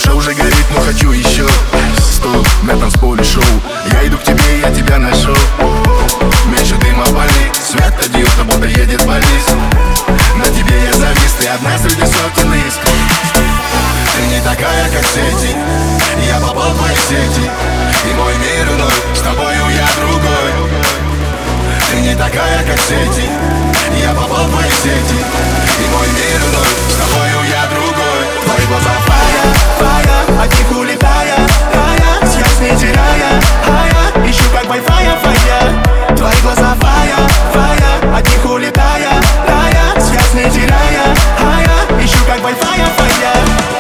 Душа уже горит, но хочу еще. Стоп, на танцполе шоу. Я иду к тебе, я тебя нашел. Меньше дыма вали, свет один, будто едет болиз. На тебе я завис, ты одна среди сотен искр. Ты не такая, как все эти. Я попал в твои сети, и мой мир иной, с тобою я другой. Ты не такая, как все эти. Я попал в твои сети, и мой мир иной, с тобою я другой. Твои глаза фая, фая, от них улетая, фая, связь не теряя, фая, ищу как вай-фая, фая. Твои глаза фая, фая, от них улетая, фая, связь не теряя, фая, ищу как вай-фая, фая.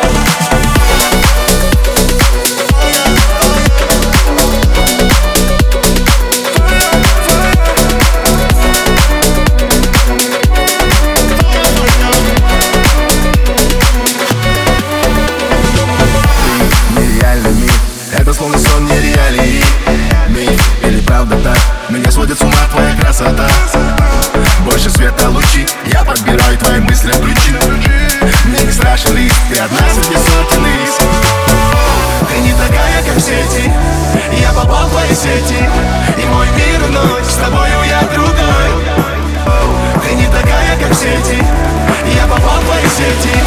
Это словно сон, не реалии. Миф или правда так? Меня сводит с ума твоя красота. Больше света лучи, я подбираю твои мысли ключи. Мне не страшен риск, ты одна среди сотен искр. Ты не такая, как все эти. Я попал в твои сети, и мой мир иной, с тобою я другой. Ты не такая, как все эти. Я попал в твои сети,